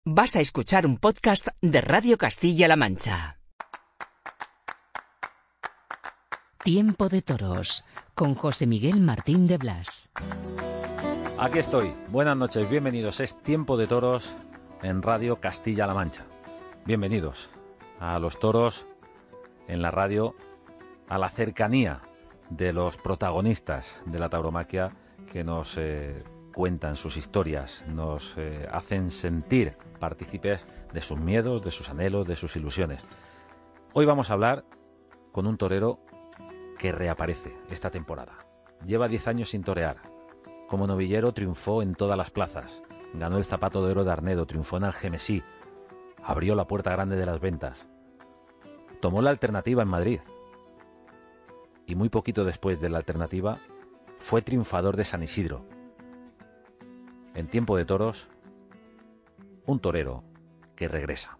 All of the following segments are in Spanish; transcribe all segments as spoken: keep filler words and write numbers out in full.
Vas a escuchar un podcast de Radio Castilla-La Mancha. Tiempo de Toros, con José Miguel Martín de Blas. Aquí estoy. Buenas noches, bienvenidos. Es Tiempo de Toros en Radio Castilla-La Mancha. Bienvenidos a los toros en la radio, a la cercanía de los protagonistas de la tauromaquia que nos eh, cuentan sus historias, nos eh, hacen sentir partícipes de sus miedos, de sus anhelos, de sus ilusiones. Hoy vamos a hablar con un torero que reaparece esta temporada. Lleva diez años sin torear. Como novillero triunfó en todas las plazas. Ganó el Zapato de Oro de Arnedo, triunfó en Algemesí, abrió la puerta grande de las ventas. Tomó la alternativa en Madrid. Y muy poquito después de la alternativa, fue triunfador de San Isidro. En Tiempo de Toros, un torero que regresa.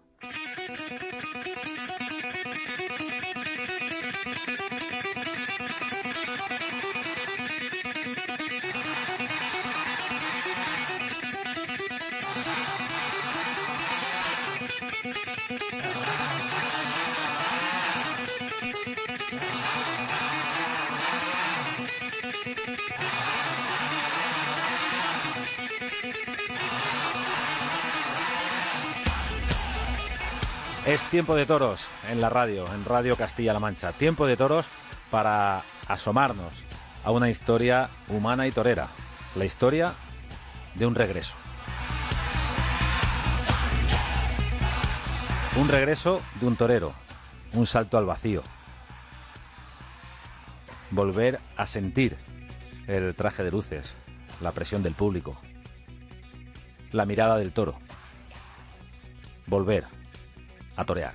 Es Tiempo de Toros en la radio, en Radio Castilla-La Mancha. Tiempo de Toros para asomarnos a una historia humana y torera. La historia de un regreso. Un regreso de un torero. Un salto al vacío. Volver a sentir el traje de luces, la presión del público, la mirada del toro. Volver a torear.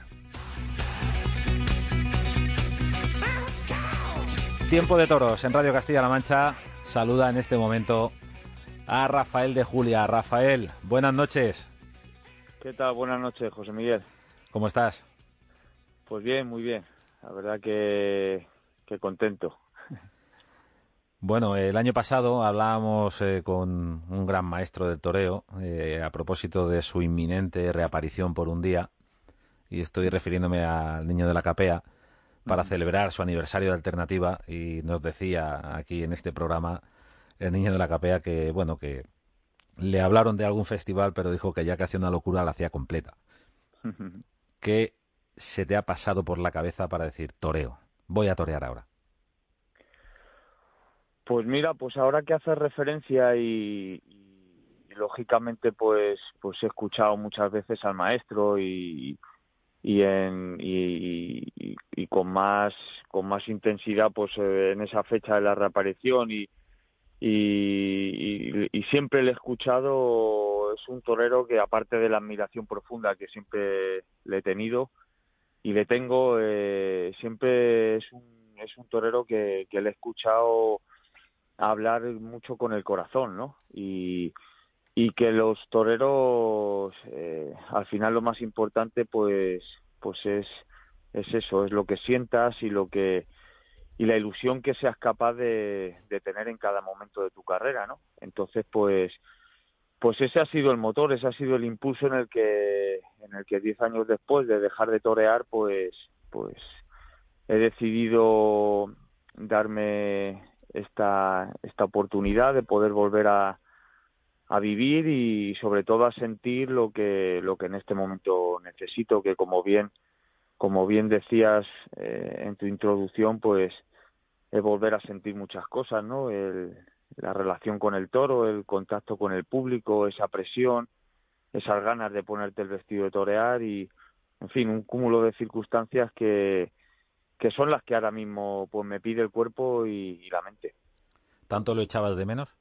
Tiempo de Toros en Radio Castilla-La Mancha. Saluda en este momento a Rafael de Julia. Rafael, buenas noches. ¿Qué tal? Buenas noches, José Miguel. ¿Cómo estás? Pues bien, muy bien. La verdad que, que contento. Bueno, el año pasado hablábamos eh, con un gran maestro del toreo eh, a propósito de su inminente reaparición por un día. Y estoy refiriéndome al Niño de la Capea, para uh-huh. celebrar su aniversario de alternativa, y nos decía aquí en este programa el Niño de la Capea que, bueno, que le hablaron de algún festival, pero dijo que ya que hacía una locura la hacía completa. Uh-huh. ¿Qué se te ha pasado por la cabeza para decir toreo? Voy a torear ahora. Pues mira, pues ahora que haces referencia y, y, y lógicamente pues, pues he escuchado muchas veces al maestro y... y en y, y, y con más con más intensidad pues eh, en esa fecha de la reaparición y, y y siempre le he escuchado. Es un torero que, aparte de la admiración profunda que siempre le he tenido y le tengo, eh, siempre es un es un torero que, que le he escuchado hablar mucho con el corazón, ¿no? Y y que los toreros, eh, al final lo más importante pues pues es es eso, es lo que sientas y lo que y la ilusión que seas capaz de, de tener en cada momento de tu carrera, ¿no? Entonces pues pues ese ha sido el motor, ese ha sido el impulso en el que en el que diez años después de dejar de torear pues pues he decidido darme esta esta oportunidad de poder volver a a vivir y sobre todo a sentir lo que lo que en este momento necesito, que como bien como bien decías eh, en tu introducción, pues es volver a sentir muchas cosas, ¿no? El, la relación con el toro, el contacto con el público, esa presión, esas ganas de ponerte el vestido de torear y, en fin, un cúmulo de circunstancias que que son las que ahora mismo pues me pide el cuerpo y, y la mente. ¿Tanto lo echabas de menos?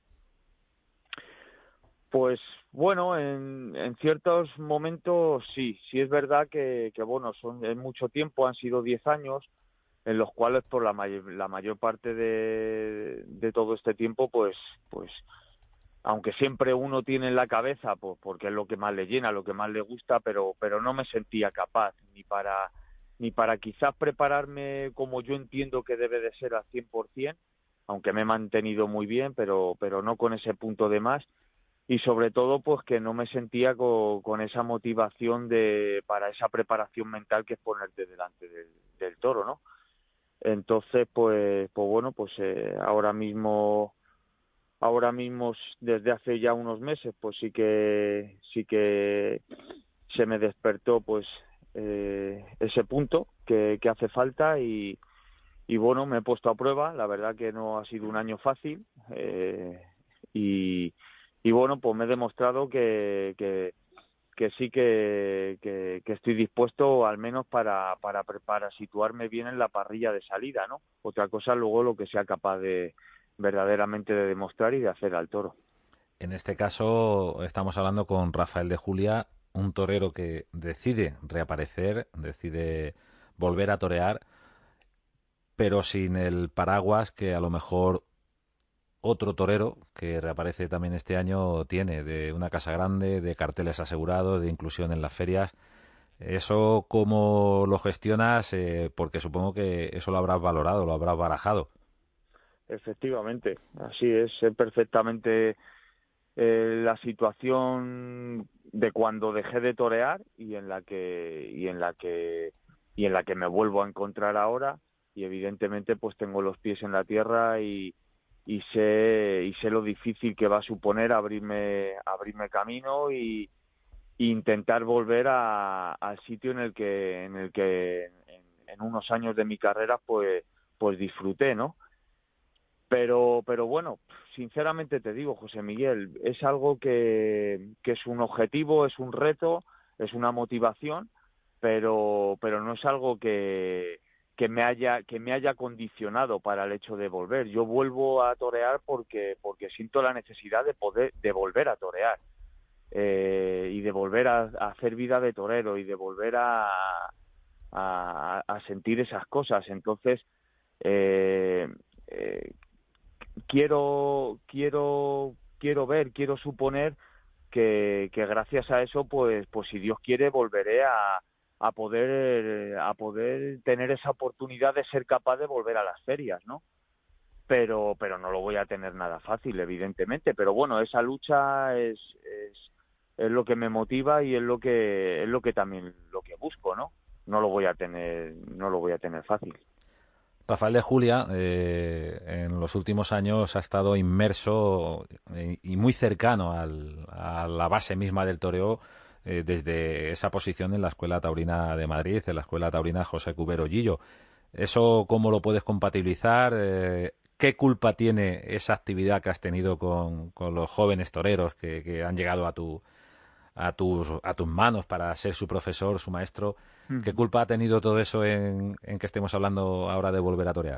Pues bueno, en, en ciertos momentos sí, sí es verdad que, que bueno, son en mucho tiempo, han sido diez años, en los cuales por la, may- la mayor parte de, de todo este tiempo, pues, pues, aunque siempre uno tiene en la cabeza, pues porque es lo que más le llena, lo que más le gusta, pero, pero no me sentía capaz ni para, ni para quizás prepararme como yo entiendo que debe de ser al cien por ciento, aunque me he mantenido muy bien, pero, pero no con ese punto de más. y sobre todo pues que no me sentía co, con esa motivación de para esa preparación mental que es ponerte delante del, del toro, ¿no? Entonces pues pues bueno, pues eh, ahora mismo ahora mismo desde hace ya unos meses pues sí que sí que se me despertó pues eh, ese punto que, que hace falta y, y bueno, me he puesto a prueba. La verdad que no ha sido un año fácil eh, y, y bueno, pues me he demostrado que, que, que sí que, que, que estoy dispuesto al menos para, para, para situarme bien en la parrilla de salida, ¿no? Otra cosa luego lo que sea capaz de verdaderamente de demostrar y de hacer al toro. En este caso estamos hablando con Rafael de Julia, un torero que decide reaparecer, decide volver a torear, pero sin el paraguas que a lo mejor otro torero que reaparece también este año tiene, de una casa grande, de carteles asegurados, de inclusión en las ferias. ¿Eso cómo lo gestionas? Eh, porque supongo que eso lo habrás valorado, lo habrás barajado. Efectivamente, así es, sé perfectamente eh, la situación de cuando dejé de torear y en la que y en la que y en la que me vuelvo a encontrar ahora, y evidentemente pues tengo los pies en la tierra y, y sé y sé lo difícil que va a suponer abrirme abrirme camino y, y intentar volver a, al sitio en el que en el que en, en unos años de mi carrera pues pues disfruté, ¿no? Pero, pero bueno, sinceramente te digo, José Miguel, es algo que, que es un objetivo, es un reto, es una motivación, pero, pero no es algo que, que me haya, que me haya condicionado para el hecho de volver. Yo vuelvo a torear porque, porque siento la necesidad de poder, de volver a torear, eh, y de volver a, a hacer vida de torero y de volver a, a, a sentir esas cosas. Entonces, eh, eh, quiero quiero quiero ver, quiero suponer que, que gracias a eso pues pues si Dios quiere volveré a, a poder a poder tener esa oportunidad de ser capaz de volver a las ferias, ¿no? Pero pero no lo voy a tener nada fácil, evidentemente, pero bueno, esa lucha es es, es lo que me motiva y es lo que es lo que también lo que busco, ¿no? No lo voy a tener no lo voy a tener fácil. Rafael de Julia, eh, en los últimos años ha estado inmerso y, y muy cercano al, a la base misma del toreo, eh, desde esa posición en la Escuela Taurina de Madrid, en la Escuela Taurina José Cubero Gillo. ¿Eso cómo lo puedes compatibilizar? Eh, ¿Qué culpa tiene esa actividad que has tenido con, con los jóvenes toreros que, que han llegado a tu, a tus, a tus manos para ser su profesor, su maestro? ¿Qué Ujú. culpa ha tenido todo eso en, en que estemos hablando ahora de volver a torear?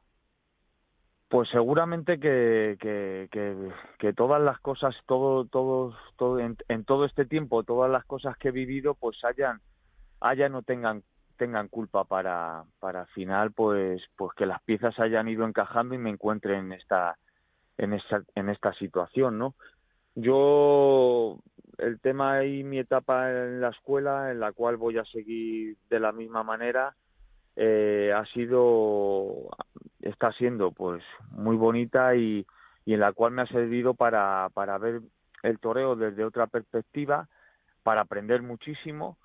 Pues seguramente que, que, que, que todas las cosas, todo, todo, todo en, en todo este tiempo, todas las cosas que he vivido, pues hayan, hayan o tengan, tengan culpa para, para al final, pues, pues que las piezas hayan ido encajando y me encuentre en esta, en esta, en esta situación, ¿no? Yo, el tema y mi etapa en la escuela, en la cual voy a seguir de la misma manera, eh, ha sido, está siendo pues muy bonita y, y en la cual me ha servido para, para ver el toreo desde otra perspectiva, para aprender muchísimo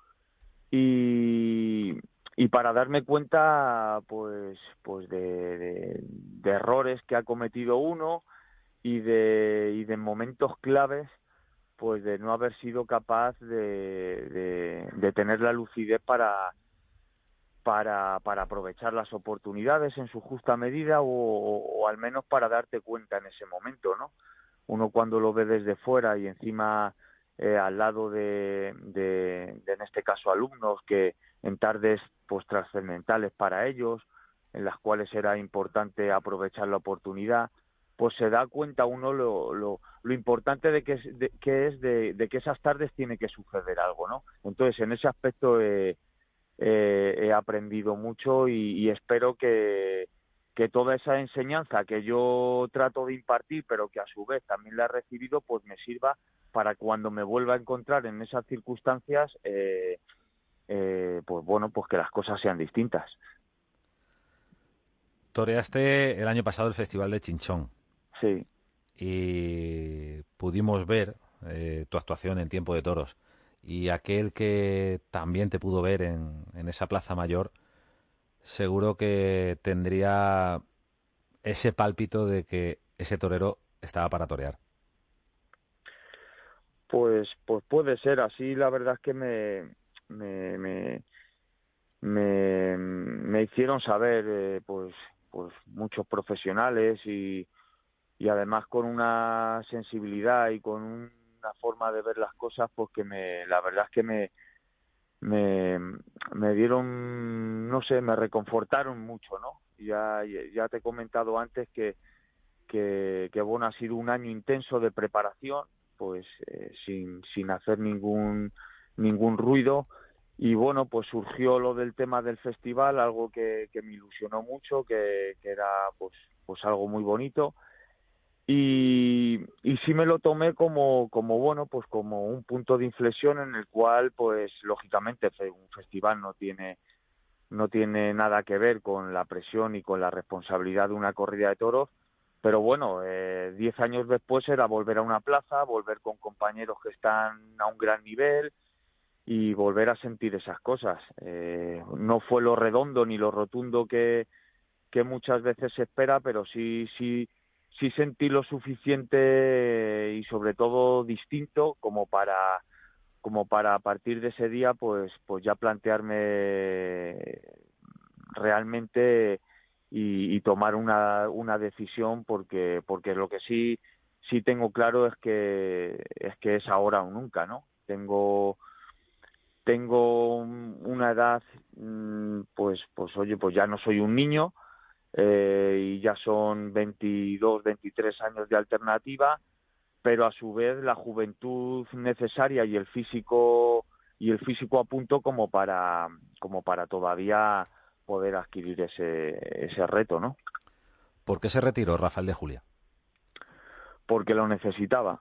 y, y para darme cuenta pues pues de, de, de errores que ha cometido uno y de, y de momentos claves pues de no haber sido capaz de, de, de tener la lucidez para para, para aprovechar las oportunidades en su justa medida o, o, o al menos para darte cuenta en ese momento, ¿no? Uno cuando lo ve desde fuera y encima eh, al lado de, de, de, en este caso, alumnos que en tardes pues trascendentales para ellos, en las cuales era importante aprovechar la oportunidad, pues se da cuenta uno lo, lo, lo importante de que, de, que es de, de que esas tardes tiene que suceder algo, ¿no? Entonces, en ese aspecto eh, eh, he aprendido mucho y, y espero que, que toda esa enseñanza que yo trato de impartir, pero que a su vez también la he recibido, pues me sirva para cuando me vuelva a encontrar en esas circunstancias, eh, eh, pues bueno, pues que las cosas sean distintas. Toreaste el año pasado el Festival de Chinchón. Sí. y pudimos ver eh, tu actuación en Tiempo de Toros, y aquel que también te pudo ver en, en esa Plaza Mayor, seguro que tendría ese pálpito de que ese torero estaba para torear. Pues, pues puede ser así. La verdad es que me, me, me, me, me hicieron saber, eh, pues, pues muchos profesionales y, y además con una sensibilidad y con una forma de ver las cosas, pues que me, la verdad es que me, me, me dieron, no sé, me reconfortaron mucho, ¿no? Ya, ya te he comentado antes que, que, que bueno, ha sido un año intenso de preparación, pues eh, sin, sin hacer ningún, ningún ruido. Y bueno, pues surgió lo del tema del festival, algo que, que me ilusionó mucho, que, que era pues, pues algo muy bonito. Y, y sí me lo tomé como, como bueno, pues como un punto de inflexión en el cual, pues lógicamente un festival no tiene no tiene nada que ver con la presión y con la responsabilidad de una corrida de toros, pero bueno, eh, diez años después era volver a una plaza, volver con compañeros que están a un gran nivel y volver a sentir esas cosas. Eh, no fue lo redondo ni lo rotundo que, que muchas veces se espera, pero sí, sí, sí sentí lo suficiente y sobre todo distinto como para como para a partir de ese día pues pues ya plantearme realmente y, y tomar una, una decisión porque porque lo que sí sí tengo claro es que es que es ahora o nunca, ¿no? Tengo tengo una edad, pues pues oye, pues ya no soy un niño, eh, y ya son veintidós, veintitrés años de alternativa, pero a su vez la juventud necesaria y el físico y el físico a punto como para como para todavía poder adquirir ese ese reto, ¿no? ¿Por qué se retiró Rafael de Julia? Porque lo necesitaba,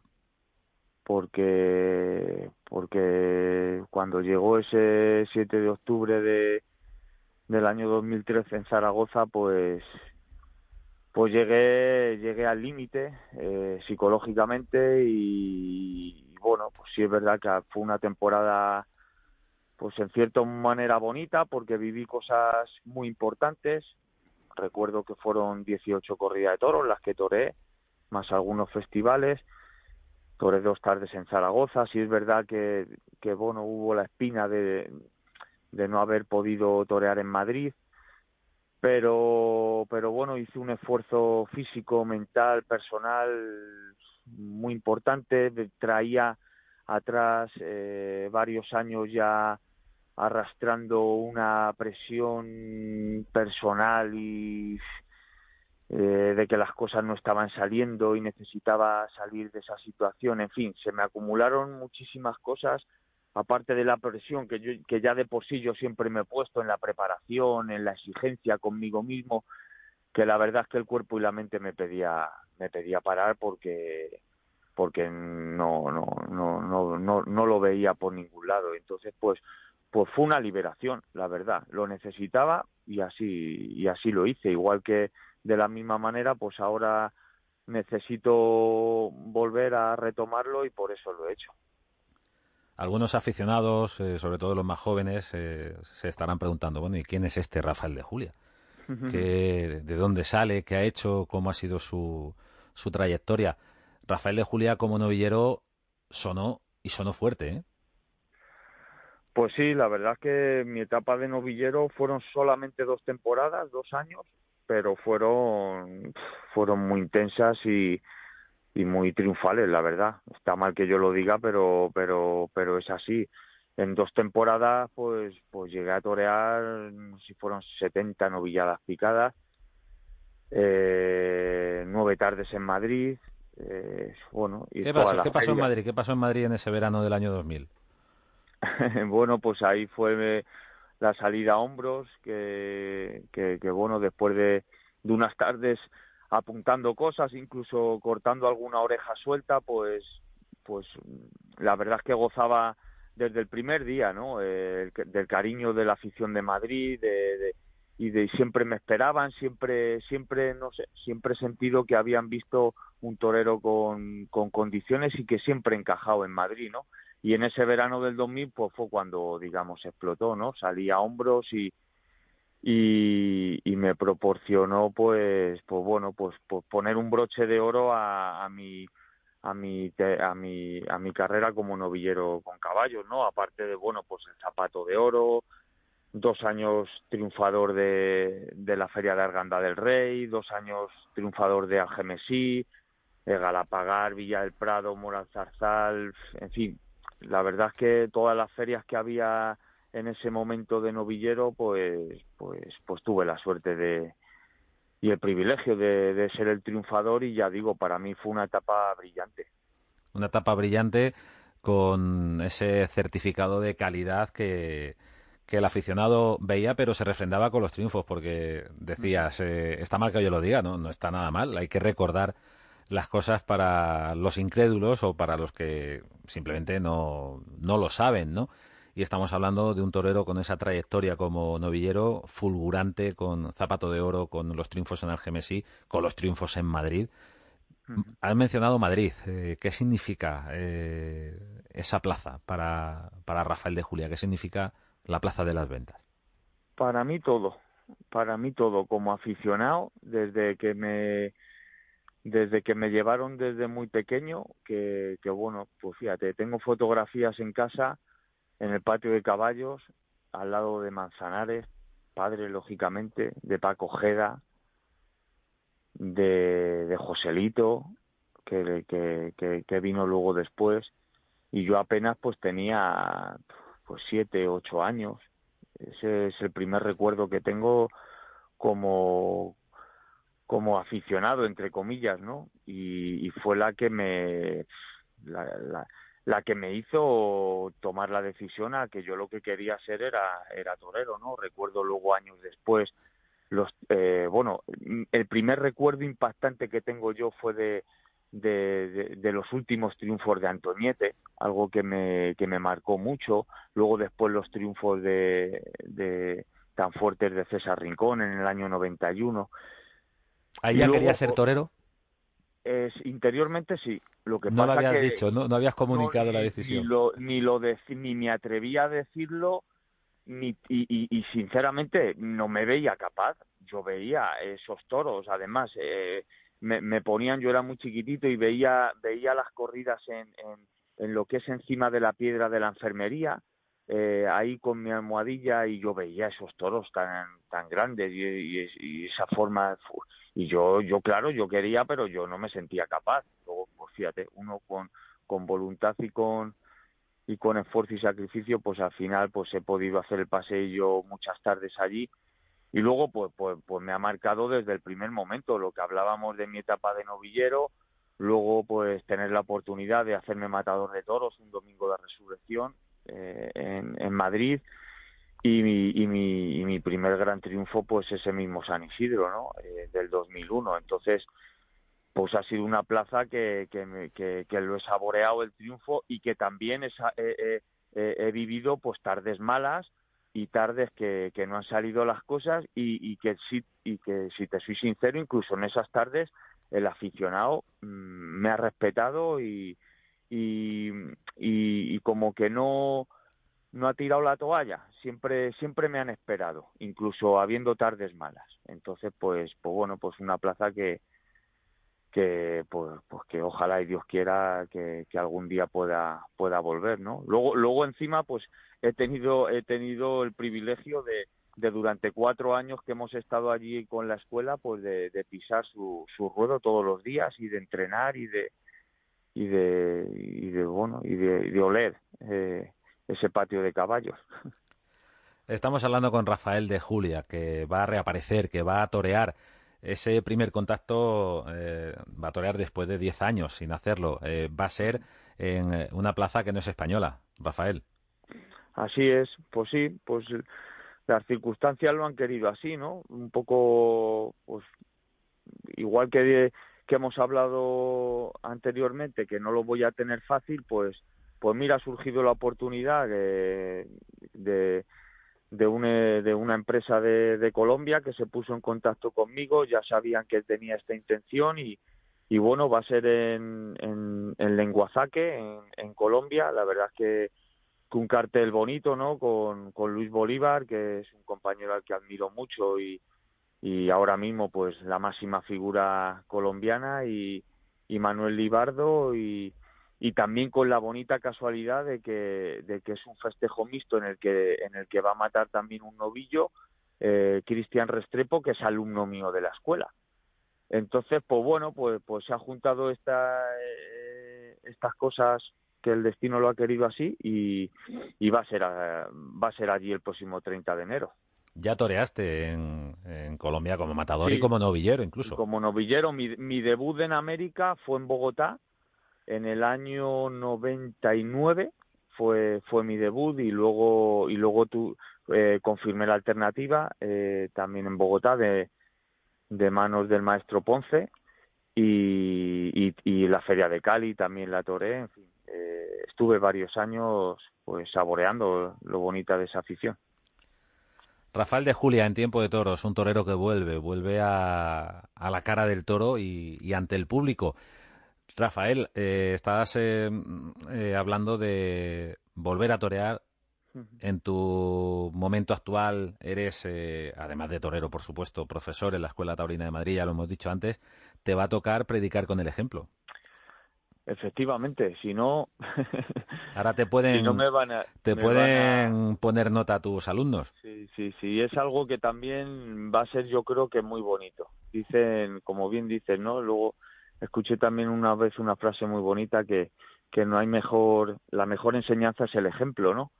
porque porque cuando llegó ese siete de octubre de del año dos mil trece en Zaragoza, pues pues llegué llegué al límite eh, psicológicamente y, y bueno, pues sí es verdad que fue una temporada pues en cierta manera bonita porque viví cosas muy importantes. Recuerdo que fueron dieciocho corridas de toros las que toré, más algunos festivales. Toré dos tardes en Zaragoza. Sí es verdad que, que bueno, hubo la espina de, de no haber podido torear en Madrid, pero pero bueno, hice un esfuerzo físico, mental, personal muy importante. Traía atrás eh, varios años ya arrastrando una presión personal y eh, de que las cosas no estaban saliendo y necesitaba salir de esa situación. En fin, se me acumularon muchísimas cosas, aparte de la presión que, yo, que ya de por sí yo siempre me he puesto en la preparación, en la exigencia conmigo mismo, que la verdad es que el cuerpo y la mente me pedía me pedía parar porque porque no no no no no no lo veía por ningún lado. Entonces pues pues fue una liberación, la verdad, lo necesitaba y así y así lo hice. Igual que de la misma manera pues ahora necesito volver a retomarlo y por eso lo he hecho. Algunos aficionados, eh, sobre todo los más jóvenes, eh, se estarán preguntando, bueno, ¿y quién es este Rafael de Julia? ¿Qué, ¿De dónde sale? ¿Qué ha hecho? ¿Cómo ha sido su, su trayectoria? Rafael de Julia como novillero sonó y sonó fuerte, ¿eh? Pues sí, la verdad es que mi etapa de novillero fueron solamente dos temporadas, dos años, pero fueron fueron muy intensas y, y muy triunfales, la verdad. Está mal que yo lo diga, pero pero pero es así. En dos temporadas, pues pues llegué a torear, no sé si fueron setenta novilladas picadas, eh, nueve tardes en Madrid, eh, bueno, y ¿Qué todas pasó? las ¿Qué pasó en ferias. Madrid? ¿Qué pasó en Madrid en ese verano del año dos mil? Bueno, pues ahí fue la salida a hombros, que, que, que bueno, después de, de unas tardes apuntando cosas, incluso cortando alguna oreja suelta, pues, pues la verdad es que gozaba desde el primer día, ¿no? Eh, el, del cariño de la afición de Madrid, de, de, y de siempre me esperaban, siempre, siempre, no sé, siempre he sentido que habían visto un torero con, con condiciones y que siempre he encajado en Madrid, ¿no? Y en ese verano del dos mil, pues fue cuando, digamos, explotó, ¿no? Salí a hombros y, y, y me proporcionó, pues, pues bueno, pues, pues poner un broche de oro a, a mi a mi te- a mi a mi carrera como novillero con caballos, ¿no? Aparte de, bueno, pues el zapato de oro, dos años triunfador de, de la Feria de Arganda del Rey, dos años triunfador de Algemesí, de Galapagar, Villa del Prado, Moral Zarzal, en fin, la verdad es que todas las ferias que había en ese momento de novillero, pues, pues, pues tuve la suerte de y el privilegio de, de ser el triunfador, y ya digo, para mí fue una etapa brillante. Una etapa brillante con ese certificado de calidad que, que el aficionado veía, pero se refrendaba con los triunfos, porque decías, eh, está mal que yo lo diga, ¿no? No está nada mal, hay que recordar las cosas para los incrédulos o para los que simplemente no, no lo saben, ¿no? Y estamos hablando de un torero con esa trayectoria como novillero, fulgurante, con zapato de oro, con los triunfos en Algemesí, con los triunfos en Madrid. Has mencionado Madrid. Eh, ¿Qué significa eh, esa plaza para, para Rafael de Julia? ¿Qué significa la Plaza de las Ventas? Para mí todo, para mí todo, como aficionado, desde que me desde que me llevaron desde muy pequeño, que, que bueno, pues fíjate, tengo fotografías en casa, en el patio de caballos, al lado de Manzanares, padre, lógicamente, de Paco Ojeda, de, de Joselito, que, que, que, que vino luego después, y yo apenas pues tenía pues siete, ocho años. Ese es el primer recuerdo que tengo como como aficionado, entre comillas, ¿no? Y, y fue la que me la, la, la que me hizo tomar la decisión a que yo lo que quería ser era era torero, ¿no? Recuerdo luego años después los eh, bueno, el primer recuerdo impactante que tengo yo fue de de, de, de los últimos triunfos de Antoñete, algo que me que me marcó mucho. Luego después los triunfos de, de tan fuertes de César Rincón en el año noventa y uno. ¿Ahí Y ya querías luego ser torero? es, interiormente sí, lo que No lo pasa habías que dicho, no, no habías no comunicado la ni, ni decisión. lo ni lo deci- ni me atrevía a decirlo, ni y, y, y sinceramente no me veía capaz. Yo veía esos toros, además eh, me, me ponían, yo era muy chiquitito y veía veía las corridas en, en, en lo que es encima de la piedra de la enfermería, eh, ahí con mi almohadilla, y yo veía esos toros tan tan grandes y, y, y esa forma, y yo yo claro, yo quería, pero yo no me sentía capaz. Luego, pues fíjate, uno con con voluntad y con y con esfuerzo y sacrificio, pues al final pues he podido hacer el paseillo muchas tardes allí, y luego pues pues pues me ha marcado desde el primer momento, lo que hablábamos de mi etapa de novillero. Luego pues tener la oportunidad de hacerme matador de toros un domingo de resurrección eh, en, en Madrid, y mi, y mi y mi primer gran triunfo pues ese mismo San Isidro, ¿no? Eh, del dos mil uno. Entonces pues ha sido una plaza que, que, me- que, que lo he saboreado el triunfo, y que también he, sa- he, he- he- he vivido pues tardes malas y tardes que, que no han salido las cosas, y, y que sí, y que si te soy sincero, incluso en esas tardes el aficionado mm, me ha respetado, y, y, y, y como que no no ha tirado la toalla, siempre siempre me han esperado, incluso habiendo tardes malas. Entonces pues pues bueno, pues una plaza que que pues, pues que ojalá y Dios quiera que, que algún día pueda pueda volver, ¿no? Luego luego encima pues he tenido he tenido el privilegio de, de durante cuatro años que hemos estado allí con la escuela, pues de, de pisar su, su ruedo todos los días, y de entrenar, y de y de y de bueno y de, y de oler eh, ese patio de caballos. Estamos hablando con Rafael de Julia, que va a reaparecer, que va a torear. Ese primer contacto eh, va a torear después de diez años sin hacerlo. Eh, va a ser en eh, una plaza que no es española, Rafael. Así es, pues sí, pues las circunstancias lo han querido así, ¿no? Un poco, pues igual que, que hemos hablado anteriormente, que no lo voy a tener fácil, pues, pues mira, ha surgido la oportunidad de, de, de, un, eh, de una empresa de, de Colombia que se puso en contacto conmigo, ya sabían que tenía esta intención y, y bueno, va a ser en, en, en Lenguazaque, en, en Colombia. La verdad es que, que un cartel bonito, ¿no? Con, con Luis Bolívar, que es un compañero al que admiro mucho y, y ahora mismo pues la máxima figura colombiana, y, y Manuel Libardo, y, y también con la bonita casualidad de que, de que es un festejo mixto en el que, en el que va a matar también un novillo, eh, Cristian Restrepo, que es alumno mío de la escuela. Entonces, pues bueno, pues, pues se han juntado esta, eh, estas cosas, que el destino lo ha querido así, y, y va a ser a, va a ser allí el próximo treinta de enero. Ya toreaste en, en Colombia como matador y Sí, como novillero y incluso. como novillero, mi, mi debut en América fue en Bogotá en el año noventa y nueve, fue fue mi debut, y luego y luego tu, eh, confirmé la alternativa, eh, también en Bogotá, de, de manos del maestro Ponce, y, y, y la Feria de Cali también la toreé. En fin, eh, estuve varios años pues saboreando lo bonita de esa afición. Rafael de Julia en Tiempo de Toros, un torero que vuelve, vuelve a, a la cara del toro y, y ante el público. Rafael, eh, estabas eh, eh, hablando de volver a torear. En tu momento actual eres, eh, además de torero, por supuesto, profesor en la Escuela Taurina de Madrid, ya lo hemos dicho antes, te va a tocar predicar con el ejemplo. Efectivamente, si no, Ahora te si no pueden, me van a, te me van a, pueden poner nota a tus alumnos. sí, sí, sí, es algo que también va a ser, yo creo que muy bonito. Dicen, como bien dicen, ¿no? Luego escuché también una vez una frase muy bonita que, que no hay mejor, la mejor enseñanza es el ejemplo, ¿no?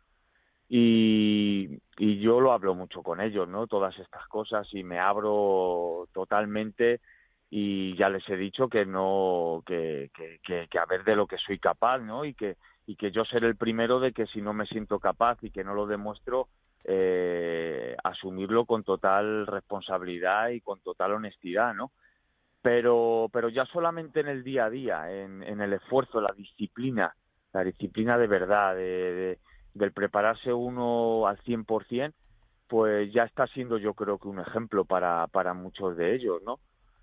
Y, y yo lo hablo mucho con ellos, ¿no? Todas estas cosas, y me abro totalmente, y ya les he dicho que no, que, que, que, que a ver de lo que soy capaz, ¿no? Y que, y que yo seré el primero de que si no me siento capaz y que no lo demuestro, eh, asumirlo con total responsabilidad y con total honestidad, ¿no? Pero, pero ya solamente en el día a día, en, en el esfuerzo, la disciplina, la disciplina de verdad, de, de, del prepararse uno al cien por ciento, pues ya está siendo, yo creo que un ejemplo para, para muchos de ellos, ¿no?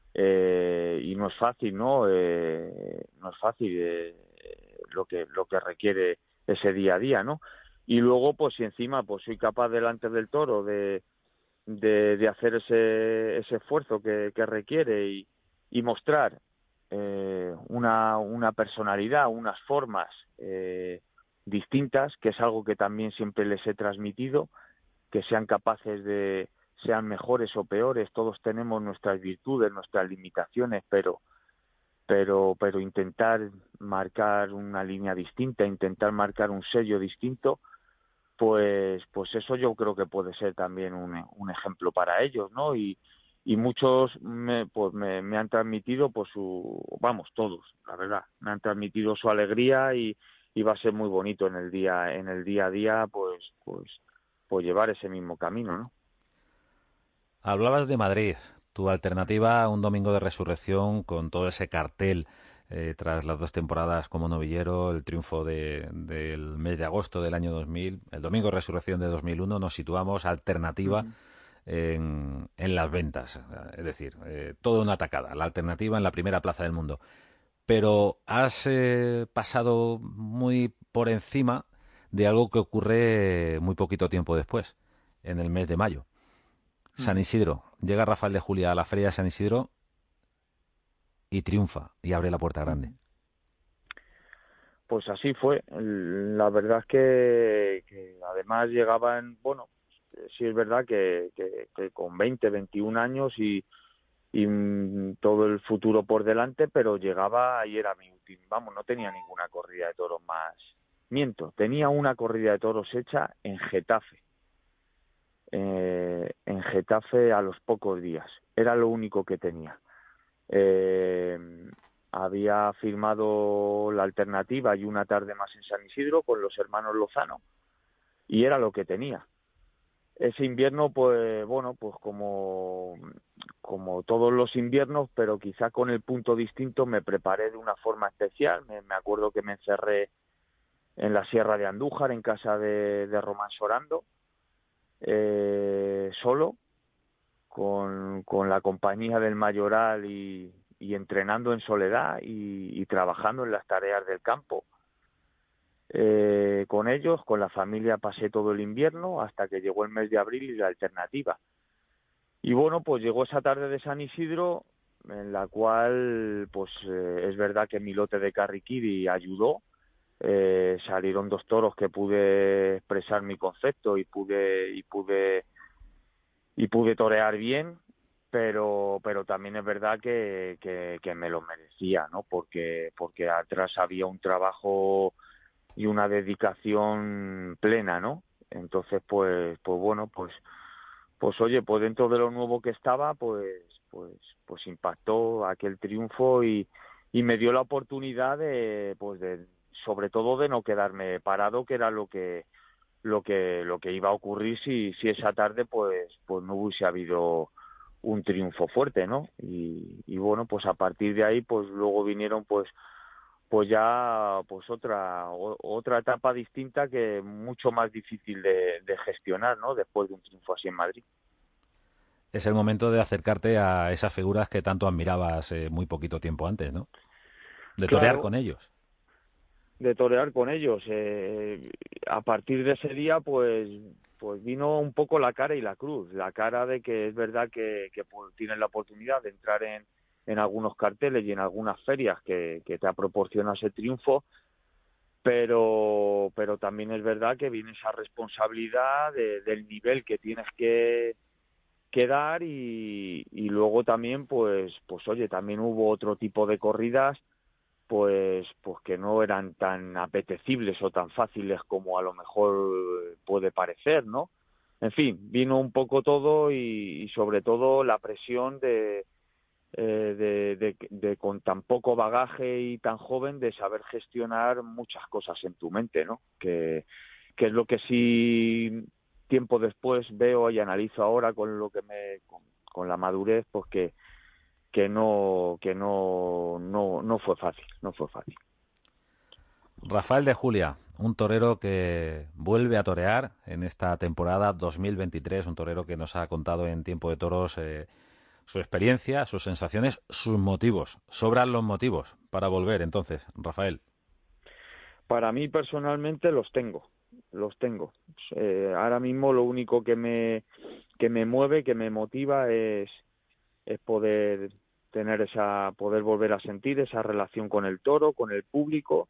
Eh, y no es fácil, ¿no? Eh, no es fácil eh, lo que lo que requiere ese día a día, ¿no? Y luego, pues si encima pues soy capaz delante del toro de, de, de hacer ese, ese esfuerzo que, que requiere, y, y mostrar eh, una, una personalidad, unas formas eh, distintas, que es algo que también siempre les he transmitido, que sean capaces de, sean mejores o peores, todos tenemos nuestras virtudes, nuestras limitaciones, pero pero pero intentar marcar una línea distinta, intentar marcar un sello distinto, pues pues eso yo creo que puede ser también un, un ejemplo para ellos, ¿no? Y, y muchos me, pues me, me han transmitido pues su, vamos, todos, la verdad, me han transmitido su alegría, y, y va a ser muy bonito en el día en el día a día pues pues pues llevar ese mismo camino, ¿no? Hablabas de Madrid, tu alternativa a un domingo de resurrección con todo ese cartel eh, tras las dos temporadas como novillero, el triunfo de, del mes de agosto del año dos mil, el domingo de resurrección de dos mil uno, nos situamos alternativa Uh-huh. en, en las ventas, es decir, eh, toda una atacada, la alternativa en la primera plaza del mundo. Pero has eh, pasado muy por encima de algo que ocurre muy poquito tiempo después, en el mes de mayo. San Uh-huh. Isidro. Llega Rafael de Julia a la feria de San Isidro y triunfa y abre la puerta grande. Uh-huh. Pues así fue. La verdad es que, que además llegaban, bueno, sí es verdad que, que, que con veinte, veintiún años y, y mm, todo el futuro por delante, pero llegaba y era mi último, vamos, no tenía ninguna corrida de toros más. Miento, tenía una corrida de toros hecha en Getafe, eh, en Getafe a los pocos días. Era lo único que tenía. Eh, había firmado la alternativa y una tarde más en San Isidro con los hermanos Lozano, y era lo que tenía. Ese invierno, pues bueno, pues como, como todos los inviernos, pero quizá con el punto distinto, me preparé de una forma especial. Me, me acuerdo que me encerré en la Sierra de Andújar, en casa de, de Román Sorando, eh, solo, con, con la compañía del mayoral y, y entrenando en soledad y, y trabajando en las tareas del campo. Eh, con ellos, con la familia pasé todo el invierno hasta que llegó el mes de abril y la alternativa. Y bueno, pues llegó esa tarde de San Isidro, en la cual pues eh, es verdad que mi lote de Carriquiri ayudó. Eh, salieron dos toros que pude expresar mi concepto y pude y pude y pude torear bien, pero pero también es verdad que, que, que me lo merecía, ¿no? Porque porque atrás había un trabajo y una dedicación plena, ¿no? Entonces, pues pues bueno, pues pues oye, pues dentro de lo nuevo que estaba, pues pues pues impactó aquel triunfo y y me dio la oportunidad de pues de sobre todo de no quedarme parado, que era lo que lo que lo que iba a ocurrir si si esa tarde pues pues no hubiese habido un triunfo fuerte, ¿no? Y, y bueno, pues a partir de ahí pues luego vinieron pues pues ya pues otra o, otra etapa distinta, que mucho más difícil de, de gestionar, ¿no? Después de un triunfo así en Madrid. Es el momento de acercarte a esas figuras que tanto admirabas eh, muy poquito tiempo antes, ¿no? De torear Claro, con ellos. de torear con ellos. Eh, a partir de ese día, pues pues vino un poco la cara y la cruz. La cara de que es verdad que, que pues, tienes la oportunidad de entrar en, en algunos carteles y en algunas ferias que, que te proporciona ese triunfo, pero pero también es verdad que viene esa responsabilidad de, del nivel que tienes que, que dar y, y luego también, pues pues oye, también hubo otro tipo de corridas pues pues que no eran tan apetecibles o tan fáciles como a lo mejor puede parecer, ¿no? En fin, vino un poco todo y, y sobre todo la presión de, eh, de, de, de con tan poco bagaje y tan joven, de saber gestionar muchas cosas en tu mente, ¿no? Que, que es lo que sí tiempo después veo y analizo ahora con lo que me con, con la madurez, pues que que no que no no no fue fácil, no fue fácil. Rafael de Julia, un torero que vuelve a torear en esta temporada dos mil veintitrés, un torero que nos ha contado en Tiempo de Toros eh, su experiencia, sus sensaciones, sus motivos. Sobran los motivos para volver, entonces, Rafael. Para mí personalmente los tengo, los tengo. Eh, ahora mismo lo único que me que me mueve, que me motiva es es poder tener esa poder volver a sentir esa relación con el toro, con el público,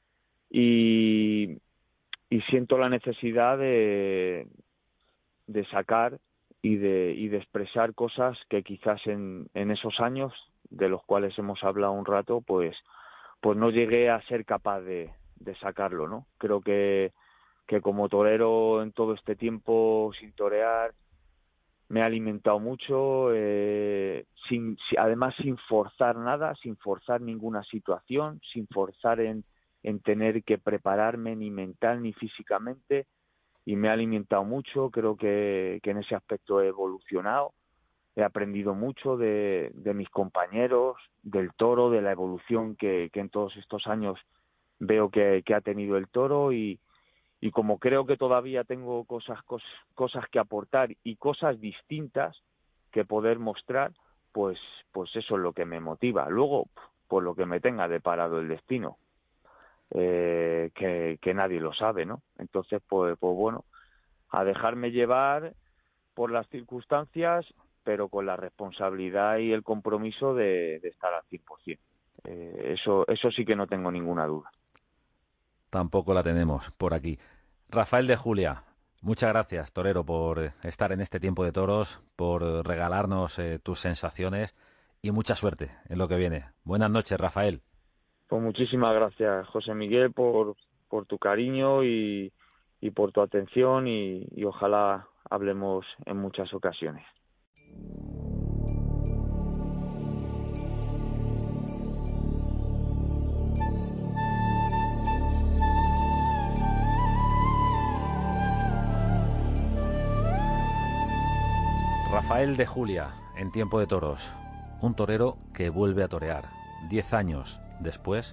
y y siento la necesidad de de sacar y de y de expresar cosas que quizás en en esos años de los cuales hemos hablado un rato, pues pues no llegué a ser capaz de de sacarlo, ¿no? Creo que que como torero en todo este tiempo sin torear me ha alimentado mucho, eh, sin, además sin forzar nada, sin forzar ninguna situación, sin forzar en, en tener que prepararme ni mental ni físicamente, y me ha alimentado mucho. Creo que, que en ese aspecto he evolucionado, he aprendido mucho de, de mis compañeros, del toro, de la evolución que, que en todos estos años veo que, que ha tenido el toro, y y como creo que todavía tengo cosas, cosas cosas que aportar y cosas distintas que poder mostrar, pues pues eso es lo que me motiva. Luego, por lo que me tenga deparado el destino, eh, que, que nadie lo sabe, ¿no? Entonces, pues, pues bueno, a dejarme llevar por las circunstancias, pero con la responsabilidad y el compromiso de, de estar al cien por ciento. Eh, eso, eso sí que no tengo ninguna duda. Tampoco la tenemos por aquí. Rafael de Julia, muchas gracias, torero, por estar en este Tiempo de Toros, por regalarnos eh, tus sensaciones y mucha suerte en lo que viene. Buenas noches, Rafael. Pues muchísimas gracias, José Miguel, por, por tu cariño y, y por tu atención, y, y ojalá hablemos en muchas ocasiones. Rafael de Julia, en Tiempo de Toros, un torero que vuelve a torear. Diez años después,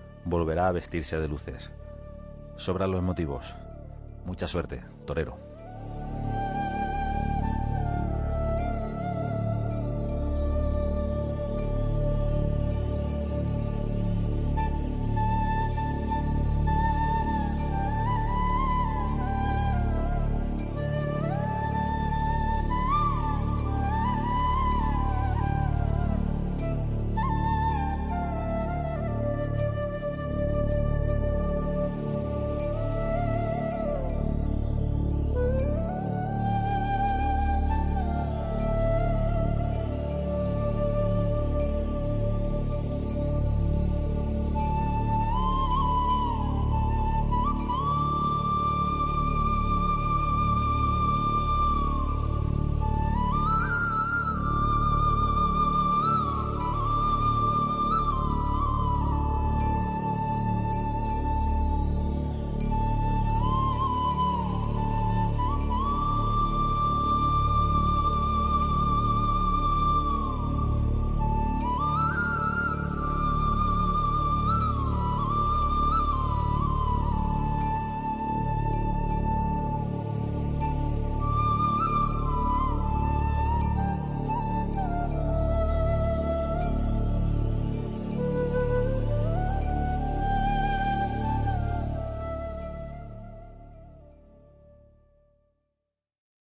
volverá a vestirse de luces. Sobran los motivos. Mucha suerte, torero.